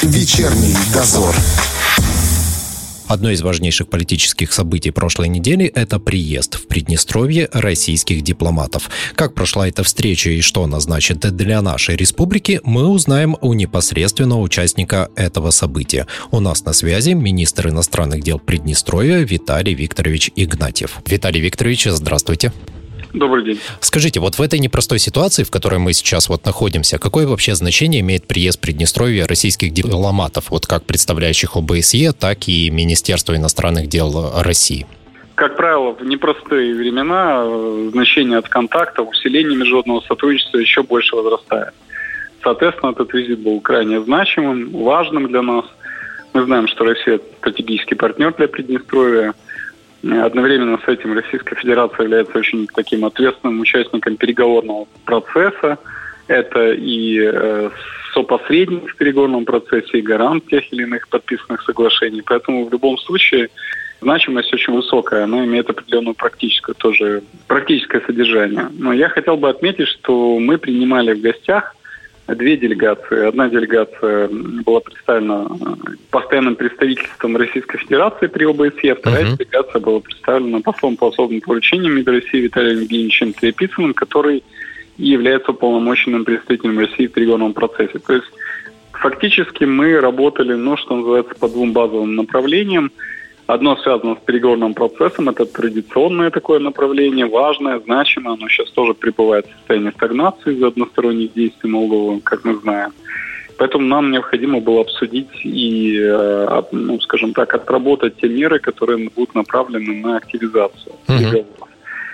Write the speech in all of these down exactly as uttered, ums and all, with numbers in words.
Вечерний дозор. Одно из важнейших политических событий прошлой недели – это приезд в Приднестровье российских дипломатов. Как прошла эта встреча и что она значит для нашей республики, мы узнаем у непосредственного участника этого события. У нас на связи министр иностранных дел Приднестровья Виталий Викторович Игнатьев. Виталий Викторович, здравствуйте. Добрый день. Скажите, вот в этой непростой ситуации, в которой мы сейчас вот находимся, какое вообще значение имеет приезд в Приднестровье российских дипломатов, вот как представляющих ОБСЕ, так и Министерство иностранных дел России? Как правило, в непростые времена значение от контакта, усиление международного сотрудничества еще больше возрастает. Соответственно, этот визит был крайне значимым, важным для нас. Мы знаем, что Россия – стратегический партнер для Приднестровья. Одновременно с этим Российская Федерация является очень таким ответственным участником переговорного процесса. Это и э, сопосредник в переговорном процессе, и гарант тех или иных подписанных соглашений. Поэтому в любом случае значимость очень высокая. Она имеет определенную практическую тоже, практическое содержание. Но я хотел бы отметить, что мы принимали в гостях две делегации. Одна делегация была представлена постоянным представительством Российской Федерации при ОБСЕ, вторая uh-huh. делегация была представлена послом по особым поручениям МИД России Виталием Евгеньевичем Трепицыным, который и является уполномоченным представителем России в переговорном процессе. То есть фактически мы работали, ну, что называется, по двум базовым направлениям. Одно связано с переговорным процессом, это традиционное такое направление, важное, значимое, оно сейчас тоже пребывает в состоянии стагнации из-за односторонних действий Молдовы, как мы знаем. Поэтому нам необходимо было обсудить и, ну, скажем так, отработать те меры, которые будут направлены на активизацию переговоров. Uh-huh.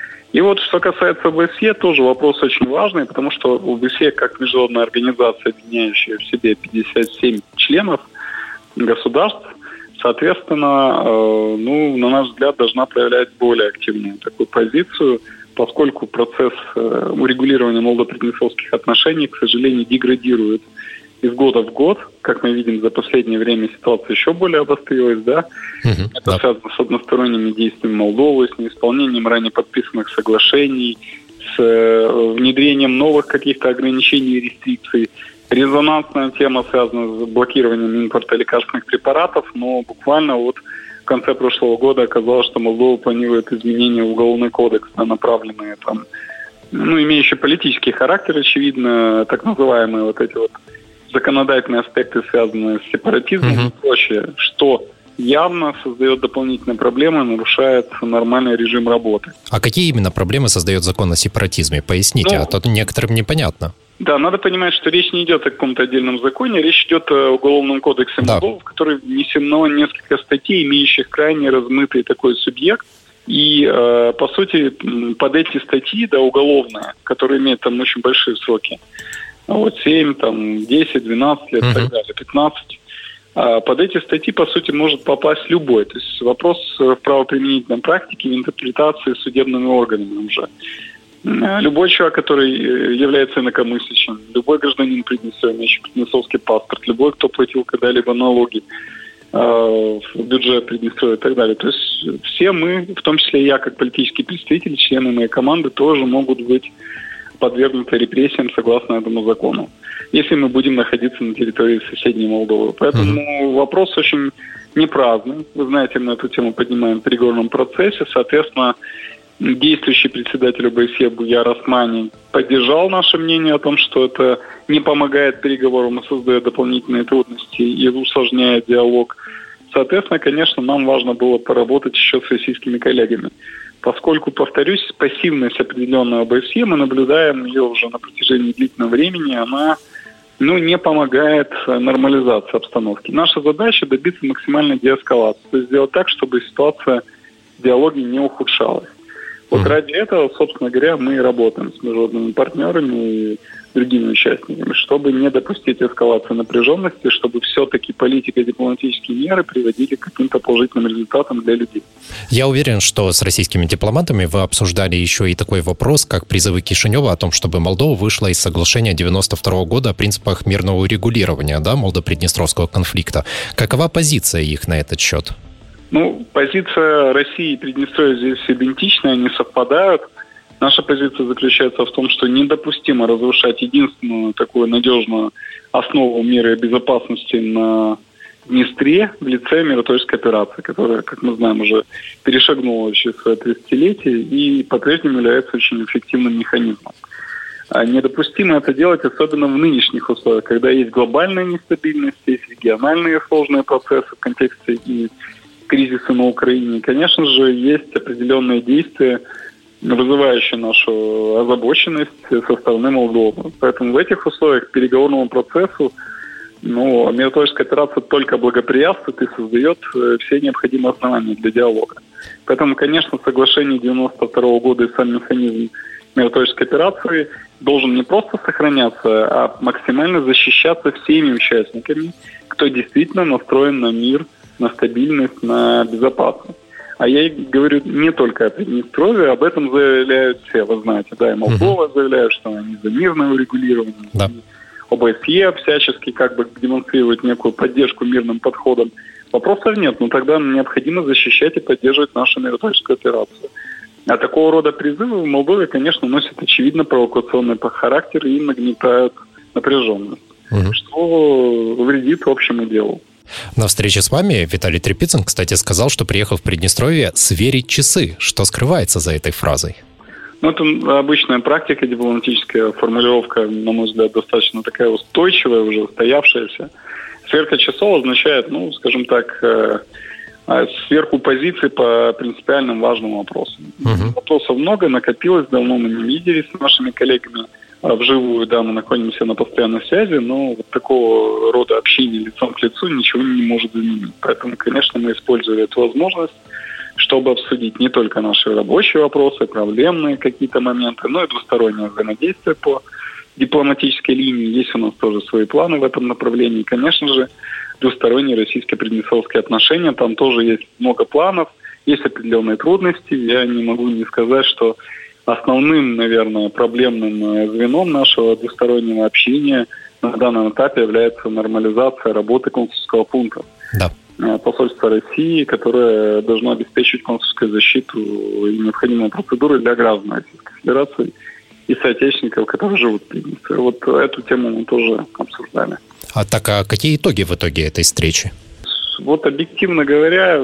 И вот что касается ОБСЕ, тоже вопрос очень важный, потому что ОБСЕ, как международная организация, объединяющая в себе пятьдесят семь членов государств, соответственно, э, ну, на наш взгляд, должна проявлять более активную такую позицию, поскольку процесс э, урегулирования молдо-приднестровских отношений, к сожалению, деградирует из года в год. Как мы видим, за последнее время ситуация еще более обострилась, да? Uh-huh. Это да. связано с односторонними действиями Молдовы, с неисполнением ранее подписанных соглашений, с э, внедрением новых каких-то ограничений и рестрикций. Резонансная тема связана с блокированием импорта лекарственных препаратов, но буквально вот в конце прошлого года оказалось, что Молдова планирует изменения в Уголовный кодекс, направленные там, ну, имеющие политический характер, очевидно, так называемые вот эти вот законодательные аспекты, связанные с сепаратизмом uh-huh. и прочее, что явно создает дополнительные проблемы, нарушает нормальный режим работы. А какие именно проблемы создает закон о сепаратизме? Поясните, ну, а то некоторым непонятно. Да, надо понимать, что речь не идет о каком-то отдельном законе, речь идет о Уголовном кодексе да. Молдовы, в который внесено несколько статей, имеющих крайне размытый такой субъект. И, э, по сути, под эти статьи, да, уголовные, которые имеют там очень большие сроки, вот семь, там, десять, двенадцать лет и uh-huh. так далее, пятнадцать, э, под эти статьи, по сути, может попасть любой. То есть вопрос в правоприменительной практике, в интерпретации судебными органами уже. Любой человек, который является инакомыслящим, любой гражданин Приднестровья, имеющий приднестровский паспорт, любой, кто платил когда-либо налоги э, в бюджет Приднестровья и так далее. То есть все мы, в том числе я, как политический представитель, члены моей команды, тоже могут быть подвергнуты репрессиям согласно этому закону, если мы будем находиться на территории соседней Молдовы. Поэтому mm-hmm. вопрос очень непраздный. Вы знаете, мы эту тему поднимаем в переговорном процессе. Соответственно, действующий председатель ОБСЕ Буяр Османи поддержал наше мнение о том, что это не помогает переговорам, а создает дополнительные трудности и усложняет диалог. Соответственно, конечно, нам важно было поработать еще с российскими коллегами. Поскольку, повторюсь, пассивность определенной ОБСЕ, мы наблюдаем ее уже на протяжении длительного времени, она ну, не помогает нормализации обстановки. Наша задача добиться максимальной деэскалации, то есть сделать так, чтобы ситуация в диалоге не ухудшалась. Вот mm-hmm. ради этого, собственно говоря, мы и работаем с международными партнерами и другими участниками, чтобы не допустить эскалации напряженности, чтобы все-таки политика и дипломатические меры приводили к каким-то положительным результатам для людей. Я уверен, что с российскими дипломатами вы обсуждали еще и такой вопрос, как призывы Кишинева о том, чтобы Молдова вышла из соглашения девяносто второго года о принципах мирного урегулирования, да, молдо-приднестровского конфликта. Какова позиция их на этот счет? Ну, позиция России и Приднестровья здесь идентичная, они совпадают. Наша позиция заключается в том, что недопустимо разрушать единственную такую надежную основу меры безопасности на Днестре в лице миротворческой операции, которая, как мы знаем, уже перешагнула через свое тридцатилетие и по-прежнему является очень эффективным механизмом. А недопустимо это делать, особенно в нынешних условиях, когда есть глобальная нестабильность, есть региональные сложные процессы в контексте и кризиса на Украине. И, конечно же, есть определенные действия, вызывающие нашу озабоченность со стороны Молдовы. Поэтому в этих условиях переговорному процессу ну, миротворческая операция только благоприятствует и создает все необходимые основания для диалога. Поэтому, конечно, соглашение девяносто второго года и сам механизм миротворческой операции должен не просто сохраняться, а максимально защищаться всеми участниками, кто действительно настроен на мир, на стабильность, на безопасность. А я говорю не только о Приднестровье, об этом заявляют все, вы знаете, да, и Молдова uh-huh. заявляет, что они за мирное урегулирование. Да. ОБСЕ всячески как бы демонстрирует некую поддержку мирным подходам. Вопросов нет, но тогда необходимо защищать и поддерживать нашу миротворческую операцию. А такого рода призывы в Молдове, конечно, носят очевидно провокационный характер и нагнетают напряженность, угу. что вредит общему делу. На встрече с вами Виталий Тряпицын, кстати, сказал, что приехал в Приднестровье сверить часы. Что скрывается за этой фразой? Ну, это обычная практика, дипломатическая формулировка, на мой взгляд, достаточно такая устойчивая, уже устоявшаяся. Сверка часов означает, ну, скажем так, сверху позиций по принципиальным важным вопросам. Uh-huh. Вопросов много, накопилось, давно мы не виделись с нашими коллегами вживую, да, мы находимся на постоянной связи, но вот такого рода общение лицом к лицу ничего не может заменить. Поэтому, конечно, мы использовали эту возможность, чтобы обсудить не только наши рабочие вопросы, проблемные какие-то моменты, но и двустороннее взаимодействие по дипломатической линии. Есть у нас тоже свои планы в этом направлении. Конечно же, двусторонние российско-приднестровские отношения. Там тоже есть много планов, есть определенные трудности. Я не могу не сказать, что основным, наверное, проблемным звеном нашего двустороннего общения на данном этапе является нормализация работы консульского пункта. Да. Посольство России, которое должно обеспечить консульскую защиту и необходимые процедуры для граждан Российской Федерации и соотечественников, которые живут в Приднестровье. Вот эту тему мы тоже обсуждали. А так, а какие итоги в итоге этой встречи? Вот объективно говоря,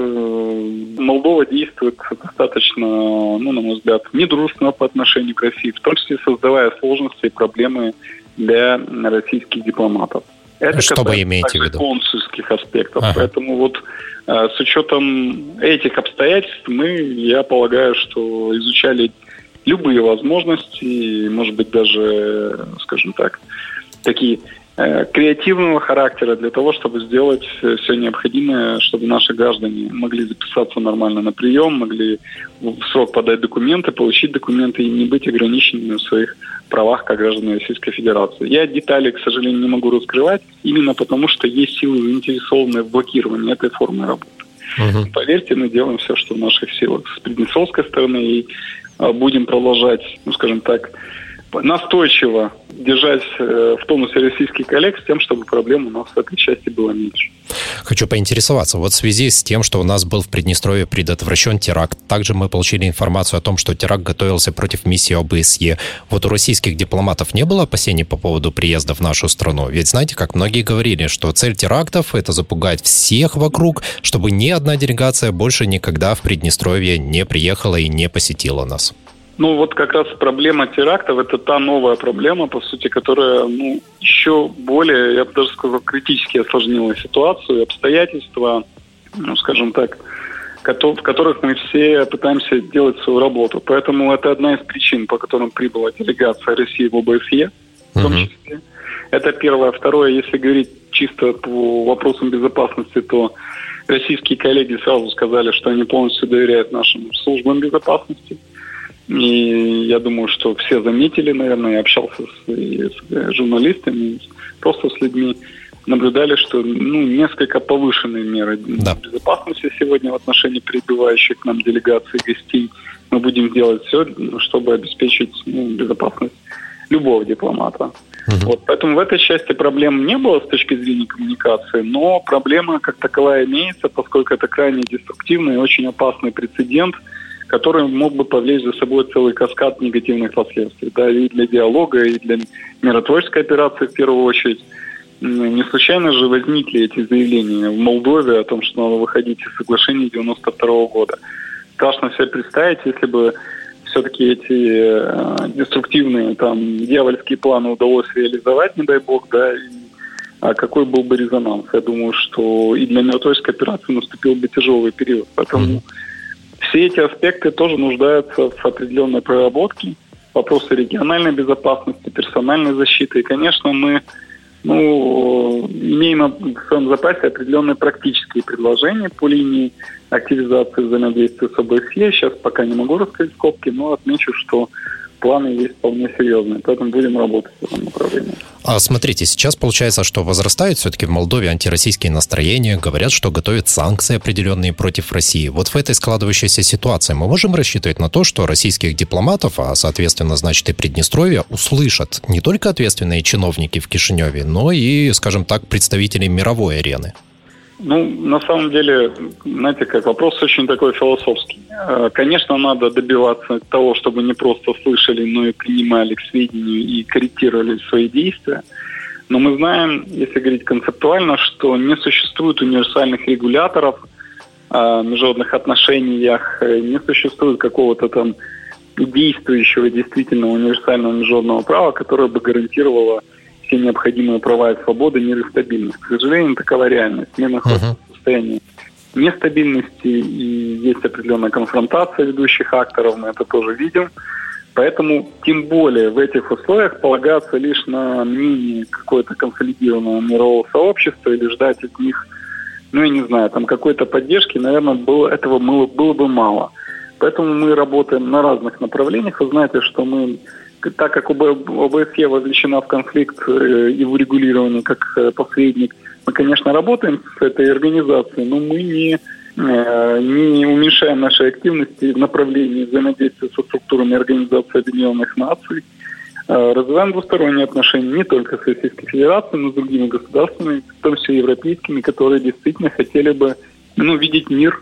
Молдова действует достаточно, ну, на мой взгляд, недружественно по отношению к России, в том числе создавая сложности и проблемы для российских дипломатов. Это что вы имеете в виду? Консульских аспектов. Ага. Поэтому вот э, с учетом этих обстоятельств мы, я полагаю, что изучали любые возможности, может быть, даже, скажем так, такие э, креативного характера для того, чтобы сделать все необходимое, чтобы наши граждане могли записаться нормально на прием, могли в срок подать документы, получить документы и не быть ограниченными в своих правах как граждане Российской Федерации. Я детали, к сожалению, не могу раскрывать, именно потому что есть силы, заинтересованные в блокировании этой формы работы. Uh-huh. Поверьте, мы делаем все, что в наших силах с приднестровской стороны, и а, будем продолжать, ну, скажем так, настойчиво держать э, в тонусе российских коллег с тем, чтобы проблем у нас в этой части было меньше. Хочу поинтересоваться, вот в связи с тем, что у нас был в Приднестровье предотвращен теракт, также мы получили информацию о том, что теракт готовился против миссии ОБСЕ. Вот у российских дипломатов не было опасений по поводу приезда в нашу страну? Ведь знаете, как многие говорили, что цель терактов — это запугать всех вокруг, чтобы ни одна делегация больше никогда в Приднестровье не приехала и не посетила нас. Ну, вот как раз проблема терактов – это та новая проблема, по сути, которая, ну, еще более, я бы даже сказал, критически осложнила ситуацию, обстоятельства, ну, скажем так, в которых мы все пытаемся делать свою работу. Поэтому это одна из причин, по которым прибыла делегация России в ОБСЕ, в том числе. Uh-huh. Это первое. Второе, если говорить чисто по вопросам безопасности, то российские коллеги сразу сказали, что они полностью доверяют нашим службам безопасности. И я думаю, что все заметили, наверное, я общался с, и с журналистами, просто с людьми, наблюдали, что, ну, несколько повышенные меры да. безопасности сегодня в отношении прибывающих к нам делегаций, гостей. Мы будем делать все, чтобы обеспечить, ну, безопасность любого дипломата. Угу. Вот, поэтому в этой части проблем не было с точки зрения коммуникации, но проблема как таковая имеется, поскольку это крайне деструктивный и очень опасный прецедент, который мог бы повлечь за собой целый каскад негативных последствий, да, и для диалога, и для миротворческой операции в первую очередь. Не случайно же возникли эти заявления в Молдове о том, что надо выходить из соглашений девяносто второго года. Страшно себе представить, если бы все-таки эти э, деструктивные, там, дьявольские планы удалось реализовать, не дай бог, да, и, а какой был бы резонанс. Я думаю, что и для миротворческой операции наступил бы тяжелый период. Поэтому mm-hmm. все эти аспекты тоже нуждаются в определенной проработке. Вопросы региональной безопасности, персональной защиты. И, конечно, мы ну, имеем в своем запасе определенные практические предложения по линии активизации взаимодействия с ОБСЕ. Сейчас пока не могу раскрыть скобки, но отмечу, что планы есть вполне серьезные, поэтому будем работать в этом направлении. А смотрите, сейчас получается, что возрастают все-таки в Молдове антироссийские настроения, говорят, что готовят санкции определенные против России. Вот в этой складывающейся ситуации мы можем рассчитывать на то, что российских дипломатов, а соответственно, значит, и Приднестровье, услышат не только ответственные чиновники в Кишиневе, но и, скажем так, представители мировой арены? Ну, на самом деле, знаете, как вопрос очень такой философский. Конечно, надо добиваться того, чтобы не просто слышали, но и принимали к сведению и корректировали свои действия. Но мы знаем, если говорить концептуально, что не существует универсальных регуляторов в международных отношениях, не существует какого-то там действующего действительно универсального международного права, которое бы гарантировало все необходимые права и свободы, мир и стабильность. К сожалению, такова реальность. Мир находится uh-huh. в состоянии нестабильности, и есть определенная конфронтация ведущих акторов, мы это тоже видим. Поэтому, тем более, в этих условиях полагаться лишь на мнение какое-то консолидированного мирового сообщества или ждать от них, ну, я не знаю, там какой-то поддержки, наверное, было, этого было, было бы мало. Поэтому мы работаем на разных направлениях. Вы знаете, что мы... Так как ОБСЕ вовлечена в конфликт и в урегулировании как посредник, мы, конечно, работаем с этой организацией, но мы не, не уменьшаем наши активности в направлении взаимодействия со структурами Организации Объединенных Наций. Развиваем двусторонние отношения не только с Российской Федерацией, но и с другими государствами, в том числе европейскими, которые действительно хотели бы ну, видеть мир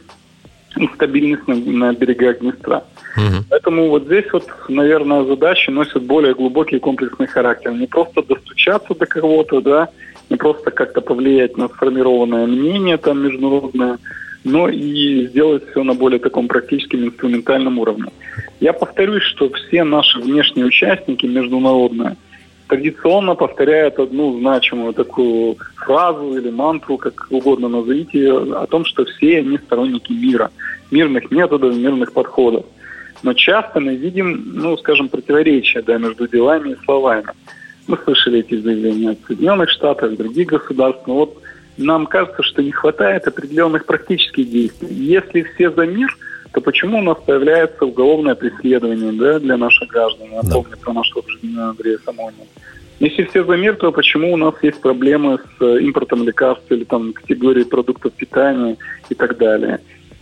и стабильность на, на берегах Днестра. Угу. Поэтому вот здесь вот, наверное, задачи носят более глубокий комплексный характер. Не просто достучаться до кого-то, да, не просто как-то повлиять на сформированное мнение там международное, но и сделать все на более таком практическом инструментальном уровне. Я повторюсь, что все наши внешние участники международные традиционно повторяют одну значимую такую фразу или мантру, как угодно назовите ее, о том, что все они сторонники мира, мирных методов, мирных подходов. Но часто мы видим, ну, скажем, противоречия да, между делами и словами. Мы слышали эти заявления от Соединенных Штатов, других государств, но вот нам кажется, что не хватает определенных практических действий. Если все за мир, то почему у нас появляется уголовное преследование да, для наших граждан? Я да. помню про нашего гражданина Андрея Самонина. Если все за мир, то почему у нас есть проблемы с импортом лекарств или там категории продуктов питания и так далее?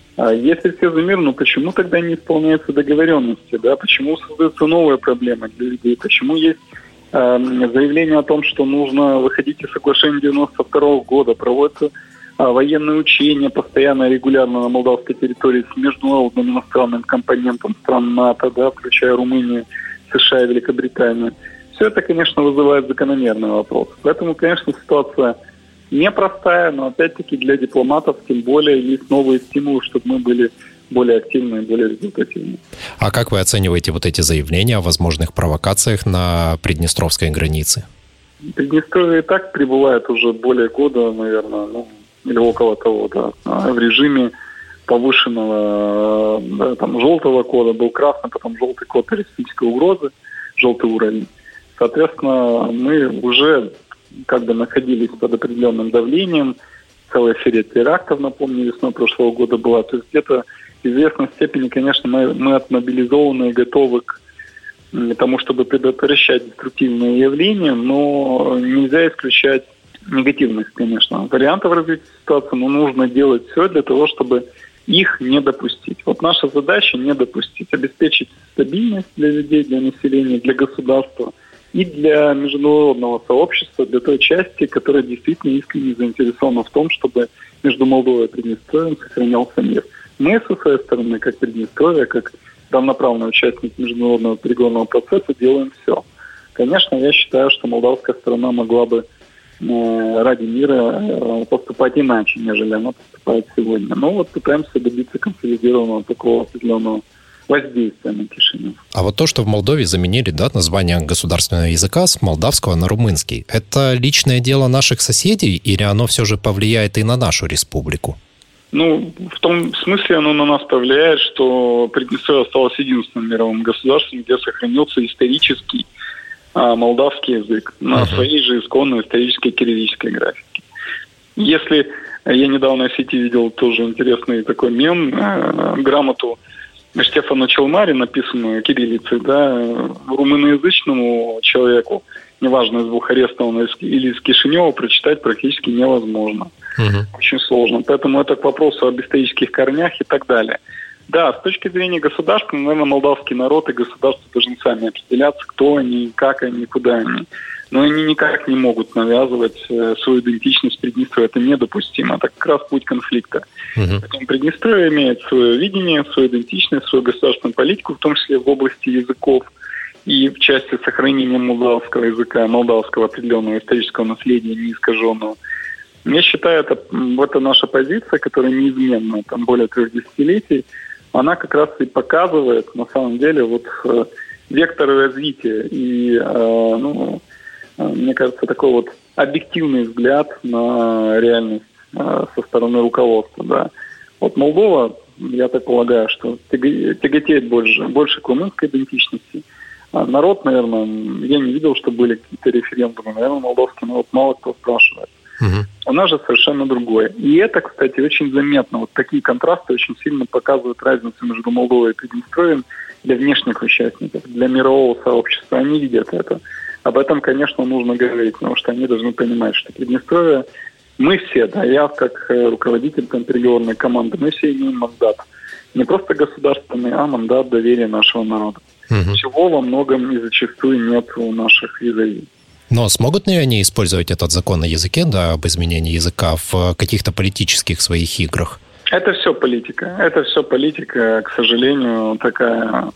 Если все за мир, ну почему тогда не исполняются договоренности? Да? Почему создаются новые проблемы для людей? Почему есть э, заявление о том, что нужно выходить из соглашения девяносто второго года, проводятся э, военные учения постоянно, регулярно на молдавской территории с международным иностранным компонентом стран НАТО, да, включая Румынию, США и Великобританию? Все это, конечно, вызывает закономерный вопрос. Поэтому, конечно, ситуация непростая, но опять-таки для дипломатов тем более есть новые стимулы, чтобы мы были более активны и более результативны. А как вы оцениваете вот эти заявления о возможных провокациях на приднестровской границе? Приднестровье и так пребывает уже более года, наверное, ну, или около того, да, в режиме повышенного да, там, желтого кода. Был красный, потом желтый код террористической угрозы, желтый уровень. Соответственно, мы уже как бы находились под определенным давлением. Целая серия терактов, напомню, весной прошлого года была. То есть где-то в известной степени, конечно, мы, мы отмобилизованы и готовы к тому, чтобы предотвращать деструктивные явления, но нельзя исключать негативных, конечно, вариантов развития ситуации, но нужно делать все для того, чтобы их не допустить. Вот наша задача не допустить, обеспечить стабильность для людей, для населения, для государства и для международного сообщества, для той части, которая действительно искренне заинтересована в том, чтобы между Молдовой и Приднестровьем сохранялся мир. Мы, со своей стороны, как Приднестровье, как равноправный участник международного переговорного процесса, делаем все. Конечно, я считаю, что молдавская сторона могла бы ради мира поступать иначе, нежели она поступает сегодня. Но вот пытаемся добиться консолидированного такого определенного воздействия на Кишинев. А вот то, что в Молдове заменили, да, название государственного языка с молдавского на румынский, это личное дело наших соседей или оно все же повлияет и на нашу республику? Ну, в том смысле оно на нас повлияет, что Приднестровье осталось единственным мировым государством, где сохранился исторический а, молдавский язык на uh-huh. своей же исконной исторической кириллической графике. Если я недавно в сети видел тоже интересный такой мем, э, грамоту Штефана Челмари, написанную кириллицей, да, румыноязычному человеку, неважно, из Бухареста он или из Кишинева, прочитать практически невозможно. Uh-huh. Очень сложно. Поэтому это к вопросу об исторических корнях и так далее. Да, с точки зрения государства, наверное, молдавский народ и государство должны сами определяться, кто они, как они, куда они. Но они никак не могут навязывать э, свою идентичность Приднестровья. Это недопустимо. Это как раз путь конфликта. Uh-huh. Поэтому Приднестровье имеет свое видение, свою идентичность, свою государственную политику, в том числе в области языков и в части сохранения молдавского языка, молдавского определенного исторического наследия, неискаженного. Я считаю, это, это наша позиция, которая неизменна, там более трех десятилетий. Она как раз и показывает, на самом деле, вот э, векторы развития и, э, ну, э, мне кажется, такой вот объективный взгляд на реальность э, со стороны руководства. Да. Вот Молдова, я так полагаю, что тяготеет больше, больше к румынской идентичности. А народ, наверное, я не видел, что были какие-то референдумы. Наверное, молдавский народ мало кто спрашивает. Uh-huh. У нас же совершенно другое. И это, кстати, очень заметно. Вот такие контрасты очень сильно показывают разницу между Молдовой и Приднестровьем для внешних участников, для мирового сообщества. Они видят это. Об этом, конечно, нужно говорить, потому что они должны понимать, что Приднестровье, мы все, да, я как руководитель там, переговорной команды, мы все имеем мандат. Не просто государственный, а мандат доверия нашего народа. Uh-huh. Чего во многом и зачастую нет у наших визави. Но смогут ли они использовать этот закон на языке, да, об изменении языка в каких-то политических своих играх? Это все политика. Это все политика, к сожалению, такая,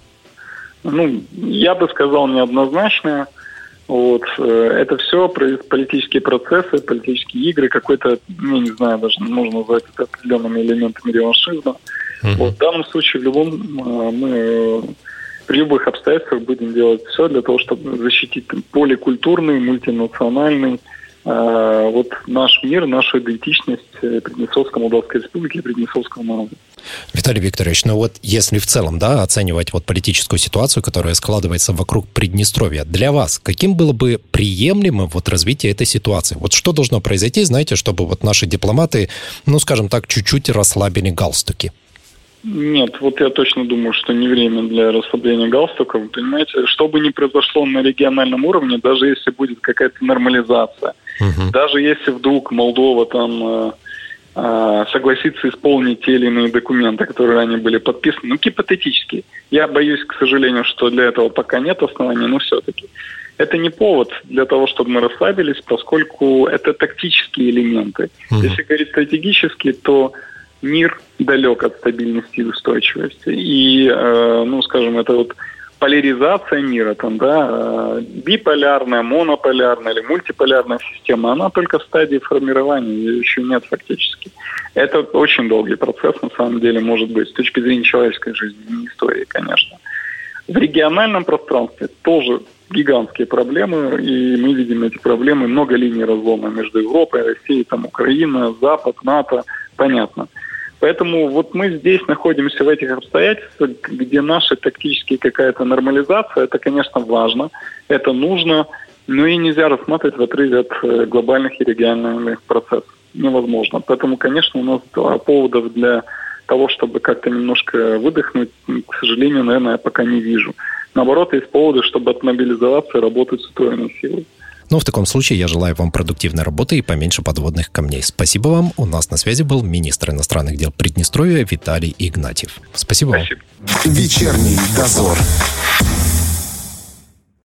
ну, я бы сказал, неоднозначная. Вот. Это все политические процессы, политические игры, какой-то, я не знаю, даже можно назвать это определенными элементами реваншизма. Uh-huh. Вот. В данном случае в любом мы... При любых обстоятельствах будем делать все для того, чтобы защитить поликультурный, мультинациональный, э, вот наш мир, нашу идентичность Приднестровской Молдавской Республики и Приднестровского народа. Виталий Викторович, ну вот если в целом, да, оценивать вот политическую ситуацию, которая складывается вокруг Приднестровья, для вас каким было бы приемлемым вот развитие этой ситуации? Вот что должно произойти, знаете, чтобы вот наши дипломаты, ну, скажем так, чуть-чуть расслабили галстуки? Нет, вот я точно думаю, что не время для расслабления галстуков. Понимаете, что бы ни произошло на региональном уровне, даже если будет какая-то нормализация, uh-huh. даже если вдруг Молдова там э, э, согласится исполнить те или иные документы, которые ранее были подписаны, ну, гипотетически. Я боюсь, к сожалению, что для этого пока нет оснований, но все-таки. Это не повод для того, чтобы мы расслабились, поскольку это тактические элементы. Uh-huh. Если говорить стратегически, то мир далек от стабильности и устойчивости. И, э, ну, скажем, это вот поляризация мира, там, да, э, биполярная, монополярная или мультиполярная система, она только в стадии формирования, ее еще нет фактически. Это очень долгий процесс, на самом деле, может быть, с точки зрения человеческой жизни, не истории, конечно. В региональном пространстве тоже гигантские проблемы, и мы видим эти проблемы, много линий разлома между Европой, Россией, там, Украина, Запад, НАТО, понятно. Поэтому вот мы здесь находимся в этих обстоятельствах, где наша тактическая какая-то нормализация, это, конечно, важно, это нужно, но и нельзя рассматривать в отрыве от глобальных и региональных процессов. Невозможно. Поэтому, конечно, у нас поводов для того, чтобы как-то немножко выдохнуть, к сожалению, наверное, я пока не вижу. Наоборот, есть поводы, чтобы отмобилизоваться и работать с утроенной силой. Ну, в таком случае я желаю вам продуктивной работы и поменьше подводных камней. Спасибо вам. У нас на связи был министр иностранных дел Приднестровья Виталий Игнатьев. Спасибо, Спасибо. вам. Вечерний дозор.